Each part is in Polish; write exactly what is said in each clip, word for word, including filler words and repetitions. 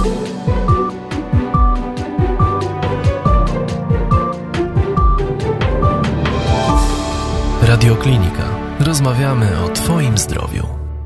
Radioklinika. Rozmawiamy o Twoim zdrowiu.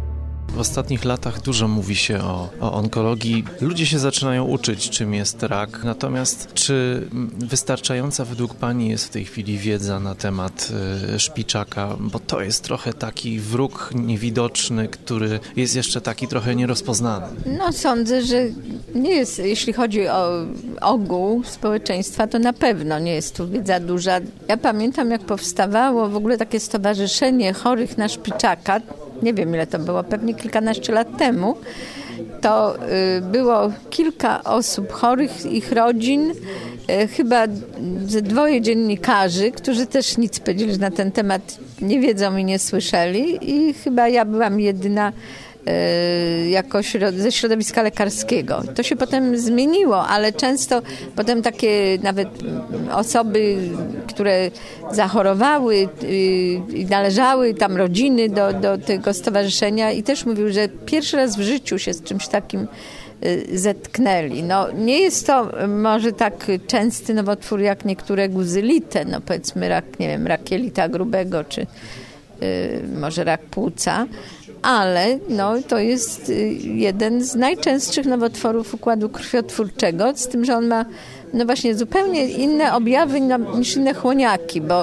W ostatnich latach dużo mówi się o, o onkologii. Ludzie się zaczynają uczyć, czym jest rak. Natomiast czy wystarczająca według Pani jest w tej chwili wiedza na temat y, szpiczaka? Bo to jest trochę taki wróg niewidoczny, który jest jeszcze taki trochę nierozpoznany. No sądzę, że nie jest, jeśli chodzi o ogół społeczeństwa, to na pewno nie jest tu wiedza duża. Ja pamiętam, jak powstawało w ogóle takie stowarzyszenie chorych na szpiczaka. Nie wiem, ile to było, pewnie kilkanaście lat temu, to y, było kilka osób chorych, ich rodzin, y, chyba ze dwoje dziennikarzy, którzy też nic powiedzieli na ten temat, nie wiedzą i nie słyszeli i chyba ja byłam jedyna y, jako środ- ze środowiska lekarskiego. To się potem zmieniło, ale często potem takie nawet osoby, które zachorowały i należały tam rodziny do, do tego stowarzyszenia i też mówił, że pierwszy raz w życiu się z czymś takim zetknęli. No, nie jest to może tak częsty nowotwór jak niektóre guzylite, no powiedzmy rak, nie wiem, rak jelita grubego, czy y, może rak płuca, ale no, to jest jeden z najczęstszych nowotworów układu krwiotwórczego, z tym, że on ma no właśnie zupełnie inne objawy niż inne chłoniaki, bo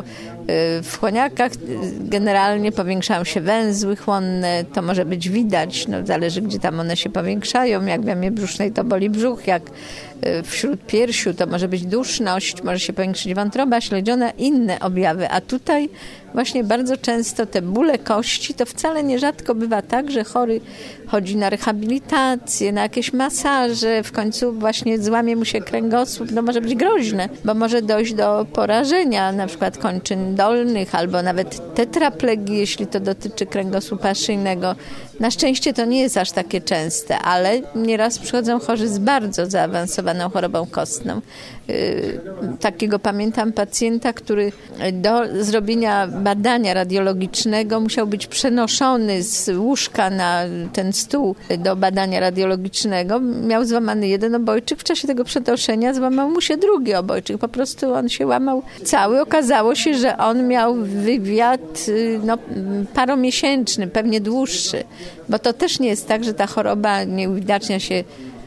w chłoniakach generalnie powiększają się węzły chłonne, to może być widać, no zależy gdzie tam one się powiększają, jak w jamie brzusznej to boli brzuch, jak w śródpiersiu to może być duszność, może się powiększyć wątroba śledziona, inne objawy, a tutaj właśnie bardzo często te bóle kości, to wcale nierzadko bywa tak, że chory chodzi na rehabilitację, na jakieś masaże, w końcu właśnie złamie mu się kręgosłup, no może być groźne, bo może dojść do porażenia na przykład kończyn dolnych albo nawet tetraplegii, jeśli to dotyczy kręgosłupa szyjnego. Na szczęście to nie jest aż takie częste, ale nieraz przychodzą chorzy z bardzo zaawansowaną chorobą kostną. Yy, takiego pamiętam pacjenta, który do zrobienia badania radiologicznego musiał być przenoszony z łóżka na ten stół do badania radiologicznego. Miał złamany jeden obojczyk. W czasie tego przenoszenia złamał mu się drugi obojczyk. Po prostu on się łamał cały. Okazało się, że on miał wywiad no, paromiesięczny, pewnie dłuższy. Bo to też nie jest tak, że ta choroba nie uwidacznia się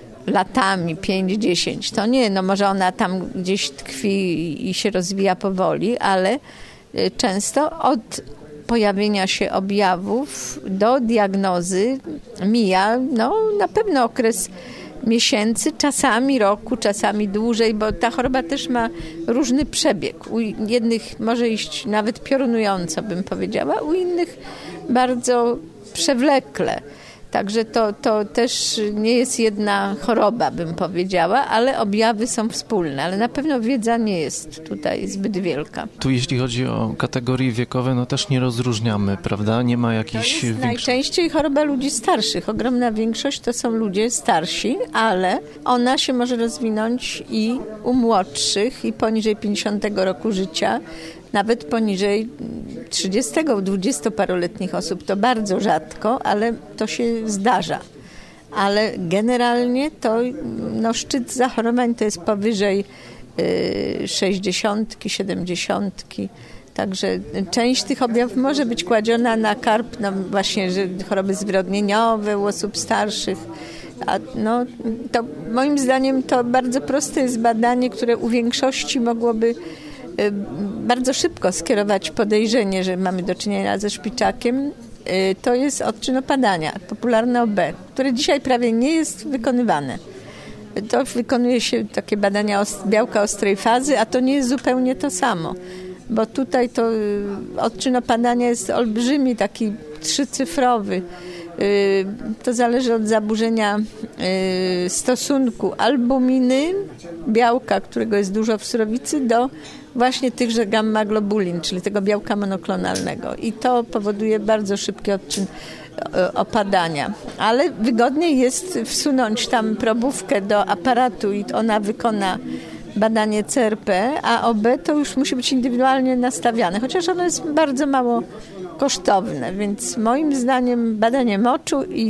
latami, pięć, dziesięć. To nie, no może ona tam gdzieś tkwi i się rozwija powoli, ale często od pojawienia się objawów do diagnozy mija no, na pewno okres miesięcy, czasami roku, czasami dłużej, bo ta choroba też ma różny przebieg. U jednych może iść nawet piorunująco, bym powiedziała, u innych bardzo przewlekle. Także to, to też nie jest jedna choroba, bym powiedziała, ale objawy są wspólne, ale na pewno wiedza nie jest tutaj zbyt wielka. Tu jeśli chodzi o kategorie wiekowe, no też nie rozróżniamy, prawda? Nie ma jakichś... Większy... Najczęściej choroba ludzi starszych. Ogromna większość to są ludzie starsi, ale ona się może rozwinąć i u młodszych i poniżej pięćdziesiątego roku życia, nawet poniżej trzydziestego, u dwudziestoparoletnich osób. To bardzo rzadko, ale to się zdarza. Ale generalnie to no, szczyt zachorowań to jest powyżej y, sześćdziesiątki, siedemdziesiątki. Także część tych objawów może być kładziona na karp, no właśnie, że choroby zwyrodnieniowe u osób starszych. A no, to moim zdaniem to bardzo proste jest badanie, które u większości mogłoby bardzo szybko skierować podejrzenie, że mamy do czynienia ze szpiczakiem. To jest odczynopadania, popularne O B, które dzisiaj prawie nie jest wykonywane. To wykonuje się takie badania białka ostrej fazy, a to nie jest zupełnie to samo, bo tutaj to odczynopadania jest olbrzymi, taki trzycyfrowy. To zależy od zaburzenia stosunku albuminy, białka, którego jest dużo w surowicy, do właśnie tychże gamma-globulin, czyli tego białka monoklonalnego. I to powoduje bardzo szybki odczyn opadania. Ale wygodniej jest wsunąć tam probówkę do aparatu i ona wykona badanie C R P, a O B to już musi być indywidualnie nastawiane, chociaż ono jest bardzo mało kosztowne, więc moim zdaniem badanie moczu i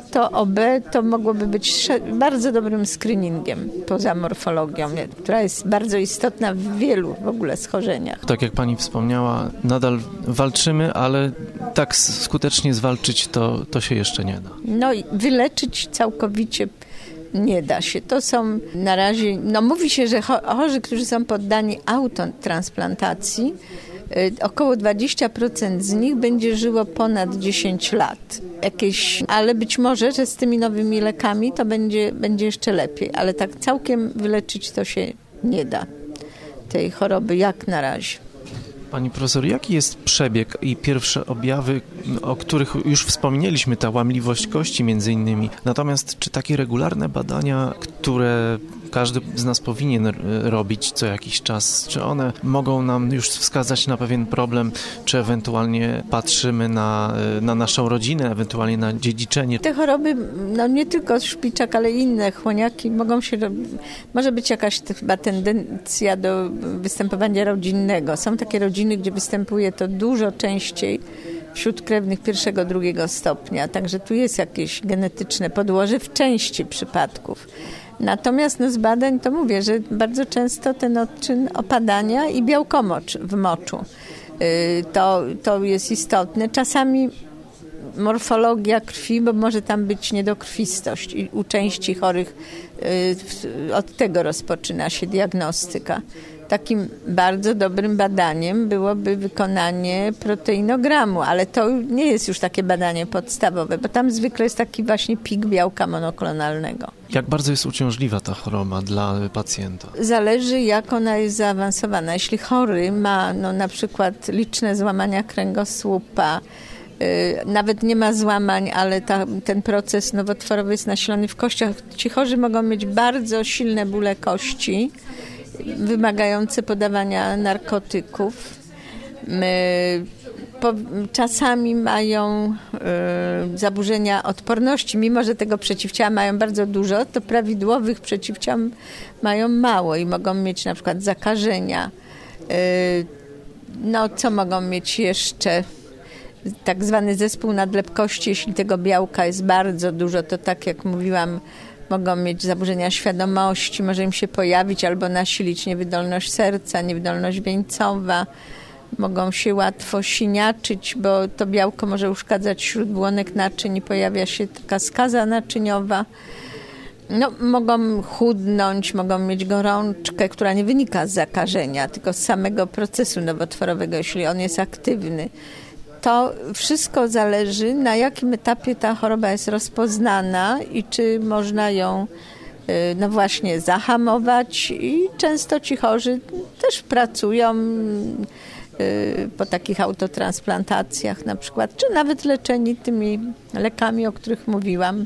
to O B to mogłoby być bardzo dobrym screeningiem poza morfologią, która jest bardzo istotna w wielu w ogóle schorzeniach. Tak jak pani wspomniała, nadal walczymy, ale tak skutecznie zwalczyć to, to się jeszcze nie da. No i wyleczyć całkowicie nie da się. To są na razie, no mówi się, że chorzy, którzy są poddani autotransplantacji, około dwadzieścia procent z nich będzie żyło ponad dziesięć lat. Jakieś, ale być może, że z tymi nowymi lekami to będzie, będzie jeszcze lepiej, ale tak całkiem wyleczyć to się nie da tej choroby, jak na razie. Pani profesor, jaki jest przebieg i pierwsze objawy, o których już wspomnieliśmy, ta łamliwość kości między innymi. Natomiast czy takie regularne badania, które każdy z nas powinien robić co jakiś czas, czy one mogą nam już wskazać na pewien problem, czy ewentualnie patrzymy na, na naszą rodzinę, ewentualnie na dziedziczenie? Te choroby, no nie tylko szpiczak, ale inne chłoniaki mogą się, może być jakaś chyba tendencja do występowania rodzinnego. Są takie rodziny, gdzie występuje to dużo częściej wśród krewnych pierwszego, drugiego stopnia. Także tu jest jakieś genetyczne podłoże w części przypadków. Natomiast no, z badań to mówię, że bardzo często ten odczyn opadania i białkomocz w moczu yy, to, to jest istotne. Czasami morfologia krwi, bo może tam być niedokrwistość i u części chorych yy, od tego rozpoczyna się diagnostyka. Takim bardzo dobrym badaniem byłoby wykonanie proteinogramu, ale to nie jest już takie badanie podstawowe, bo tam zwykle jest taki właśnie pik białka monoklonalnego. Jak bardzo jest uciążliwa ta choroba dla pacjenta? Zależy, jak ona jest zaawansowana. Jeśli chory ma no, na przykład liczne złamania kręgosłupa, yy, nawet nie ma złamań, ale ta, ten proces nowotworowy jest nasilony w kościach, ci chorzy mogą mieć bardzo silne bóle kości, wymagające podawania narkotyków. My, po, czasami mają y, zaburzenia odporności, mimo że tego przeciwciała mają bardzo dużo, to prawidłowych przeciwciał mają mało i mogą mieć na przykład zakażenia. Y, no co mogą mieć jeszcze? Tak zwany zespół nadlepkości, jeśli tego białka jest bardzo dużo, to tak jak mówiłam, mogą mieć zaburzenia świadomości, może im się pojawić albo nasilić niewydolność serca, niewydolność wieńcowa. Mogą się łatwo siniaczyć, bo to białko może uszkadzać śródbłonek naczyń i pojawia się taka skaza naczyniowa. No, mogą chudnąć, mogą mieć gorączkę, która nie wynika z zakażenia, tylko z samego procesu nowotworowego, jeśli on jest aktywny. To wszystko zależy, na jakim etapie ta choroba jest rozpoznana i czy można ją no właśnie zahamować. I często ci chorzy też pracują po takich autotransplantacjach na przykład, czy nawet leczeni tymi lekami, o których mówiłam.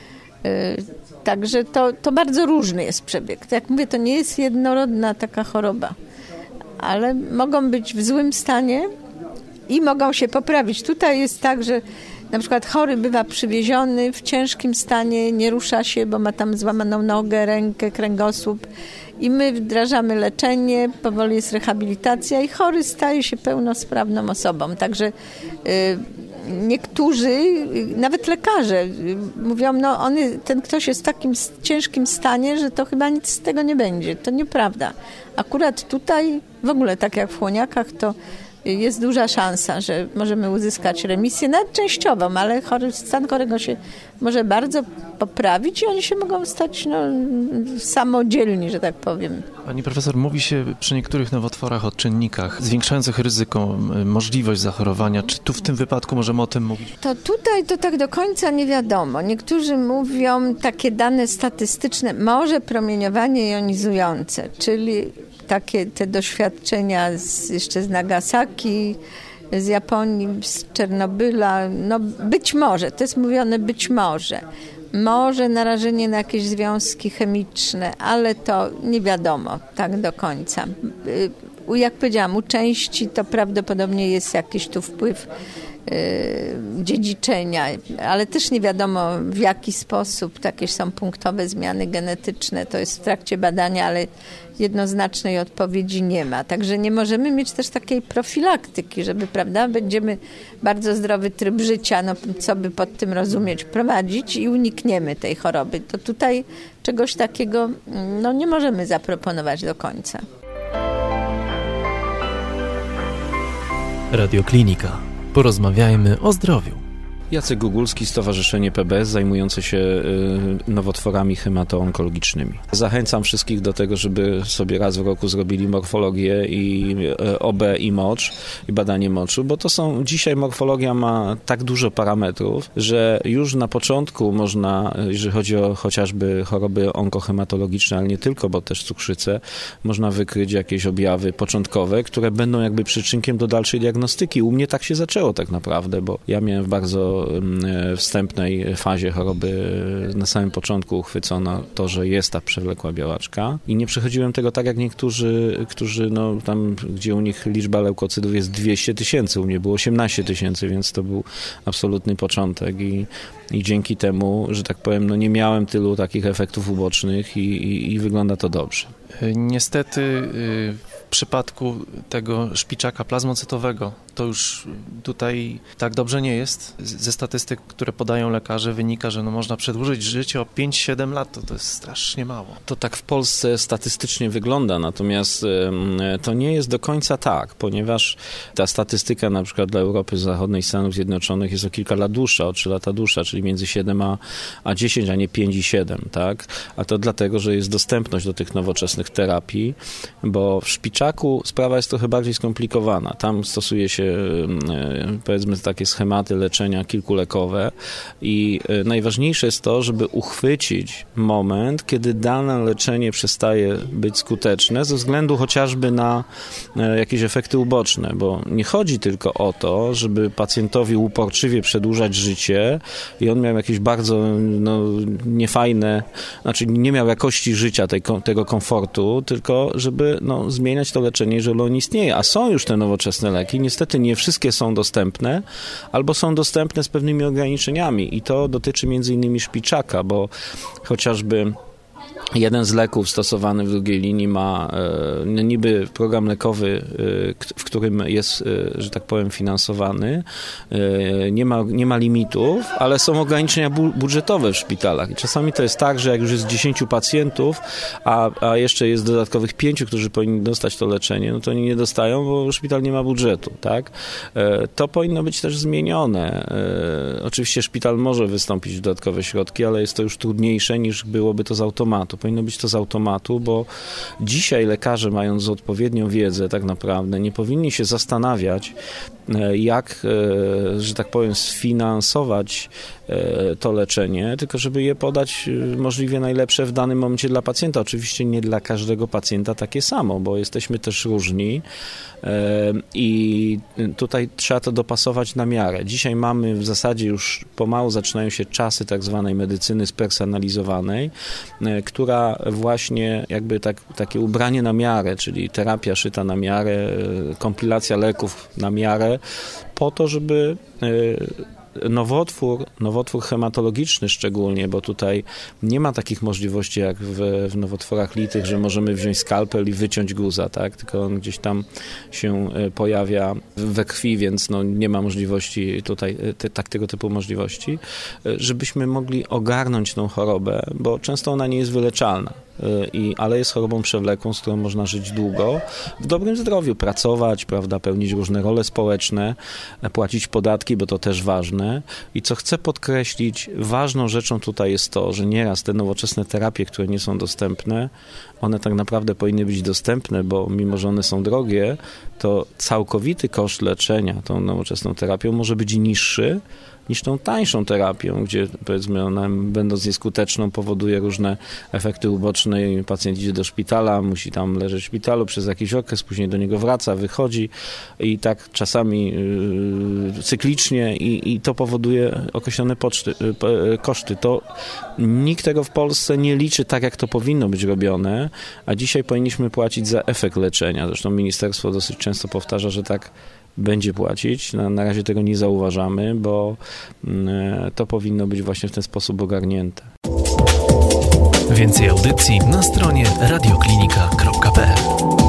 Także to, to bardzo różny jest przebieg. Jak mówię, to nie jest jednorodna taka choroba, ale mogą być w złym stanie i mogą się poprawić. Tutaj jest tak, że na przykład chory bywa przywieziony w ciężkim stanie, nie rusza się, bo ma tam złamaną nogę, rękę, kręgosłup i my wdrażamy leczenie, powoli jest rehabilitacja i chory staje się pełnosprawną osobą. Także y, niektórzy, nawet lekarze mówią, no on, ten ktoś jest w takim ciężkim stanie, że to chyba nic z tego nie będzie. To nieprawda. Akurat tutaj w ogóle tak jak w chłoniakach to jest duża szansa, że możemy uzyskać remisję, nawet częściową, ale chory, stan chorego się może bardzo poprawić i oni się mogą stać no, samodzielni, że tak powiem. Pani profesor, mówi się przy niektórych nowotworach o czynnikach zwiększających ryzyko, możliwość zachorowania. Czy tu w tym wypadku możemy o tym mówić? To tutaj to tak do końca nie wiadomo. Niektórzy mówią takie dane statystyczne, może promieniowanie jonizujące, czyli takie te doświadczenia z, jeszcze z Nagasaki, z Japonii, z Czernobyla, no być może, to jest mówione być może. Może narażenie na jakieś związki chemiczne, ale to nie wiadomo tak do końca. Jak powiedziałam, u części to prawdopodobnie jest jakiś tu wpływ dziedziczenia, ale też nie wiadomo w jaki sposób. Takie są punktowe zmiany genetyczne, to jest w trakcie badania, ale jednoznacznej odpowiedzi nie ma. Także nie możemy mieć też takiej profilaktyki, żeby, prawda, będziemy bardzo zdrowy tryb życia, no co by pod tym rozumieć, prowadzić i unikniemy tej choroby. To tutaj czegoś takiego no, nie możemy zaproponować do końca. Radioklinika. Porozmawiajmy o zdrowiu. Jacek Gugulski, Stowarzyszenie P B S zajmujące się nowotworami hematoonkologicznymi. Zachęcam wszystkich do tego, żeby sobie raz w roku zrobili morfologię i O B i mocz, i badanie moczu, bo to są, dzisiaj morfologia ma tak dużo parametrów, że już na początku można, jeżeli chodzi o chociażby choroby onkohematologiczne, ale nie tylko, bo też cukrzycę, można wykryć jakieś objawy początkowe, które będą jakby przyczynkiem do dalszej diagnostyki. U mnie tak się zaczęło tak naprawdę, bo ja miałem bardzo wstępnej fazie choroby na samym początku uchwycono to, że jest ta przewlekła białaczka i nie przechodziłem tego tak jak niektórzy, którzy no tam, gdzie u nich liczba leukocytów jest dwieście tysięcy, u mnie było osiemnaście tysięcy, więc to był absolutny początek i, i dzięki temu, że tak powiem, no nie miałem tylu takich efektów ubocznych i, i, i wygląda to dobrze. Niestety w przypadku tego szpiczaka plazmocytowego to już tutaj tak dobrze nie jest. Ze statystyk, które podają lekarze, wynika, że no można przedłużyć życie o pięć siedem lat, to, to jest strasznie mało. To tak w Polsce statystycznie wygląda, natomiast to nie jest do końca tak, ponieważ ta statystyka na przykład dla Europy Zachodniej, Stanów Zjednoczonych jest o kilka lat dłuższa, o trzy lata dłuższa, czyli między siedem a dziesięć, a nie pięć i siedem, tak? A to dlatego, że jest dostępność do tych nowoczesnych terapii, bo w szpiczaku sprawa jest trochę bardziej skomplikowana. Tam stosuje się powiedzmy takie schematy leczenia kilkulekowe i najważniejsze jest to, żeby uchwycić moment, kiedy dane leczenie przestaje być skuteczne ze względu chociażby na jakieś efekty uboczne, bo nie chodzi tylko o to, żeby pacjentowi uporczywie przedłużać życie i on miał jakieś bardzo no, niefajne, znaczy nie miał jakości życia, tej, tego komfortu, tylko żeby no, zmieniać to leczenie, jeżeli on istnieje. A są już te nowoczesne leki, niestety nie wszystkie są dostępne, albo są dostępne z pewnymi ograniczeniami i to dotyczy między innymi szpiczaka, bo chociażby jeden z leków stosowany w drugiej linii ma e, niby program lekowy, e, w którym jest, e, że tak powiem, finansowany. E, nie ma, nie ma limitów, ale są ograniczenia bu- budżetowe w szpitalach. I czasami to jest tak, że jak już jest dziesięciu pacjentów, a, a jeszcze jest dodatkowych pięciu, którzy powinni dostać to leczenie, no to oni nie dostają, bo szpital nie ma budżetu, tak? E, to powinno być też zmienione. E, oczywiście szpital może wystąpić w dodatkowe środki, ale jest to już trudniejsze niż byłoby to z automatu. Powinno być to z automatu, bo dzisiaj lekarze, mając odpowiednią wiedzę tak naprawdę, nie powinni się zastanawiać, jak, że tak powiem, sfinansować to leczenie, tylko żeby je podać możliwie najlepsze w danym momencie dla pacjenta. Oczywiście nie dla każdego pacjenta takie samo, bo jesteśmy też różni i tutaj trzeba to dopasować na miarę. Dzisiaj mamy w zasadzie już pomału zaczynają się czasy tak zwanej medycyny spersonalizowanej, która właśnie jakby tak, takie ubranie na miarę, czyli terapia szyta na miarę, kompilacja leków na miarę, po to, żeby nowotwór, nowotwór hematologiczny szczególnie, bo tutaj nie ma takich możliwości jak w, w nowotworach litych, że możemy wziąć skalpel i wyciąć guza, tak? Tylko on gdzieś tam się pojawia we krwi, więc no nie ma możliwości tutaj, te, tak tego typu możliwości, żebyśmy mogli ogarnąć tą chorobę, bo często ona nie jest wyleczalna. I, ale jest chorobą przewlekłą, z którą można żyć długo, w dobrym zdrowiu, pracować, prawda, pełnić różne role społeczne, płacić podatki, bo to też ważne. I co chcę podkreślić, ważną rzeczą tutaj jest to, że nieraz te nowoczesne terapie, które nie są dostępne, one tak naprawdę powinny być dostępne, bo mimo, że one są drogie, to całkowity koszt leczenia tą nowoczesną terapią może być niższy niż tą tańszą terapią, gdzie powiedzmy ona, będąc nieskuteczną, powoduje różne efekty uboczne i pacjent idzie do szpitala, musi tam leżeć w szpitalu przez jakiś okres, później do niego wraca, wychodzi i tak czasami yy, cyklicznie i, i to powoduje określone poczty, yy, koszty. To nikt tego w Polsce nie liczy tak, jak to powinno być robione, a dzisiaj powinniśmy płacić za efekt leczenia. Zresztą ministerstwo dosyć często powtarza, że tak będzie płacić. Na, na razie tego nie zauważamy, bo to powinno być właśnie w ten sposób ogarnięte. Więcej audycji na stronie radioklinika kropka p l.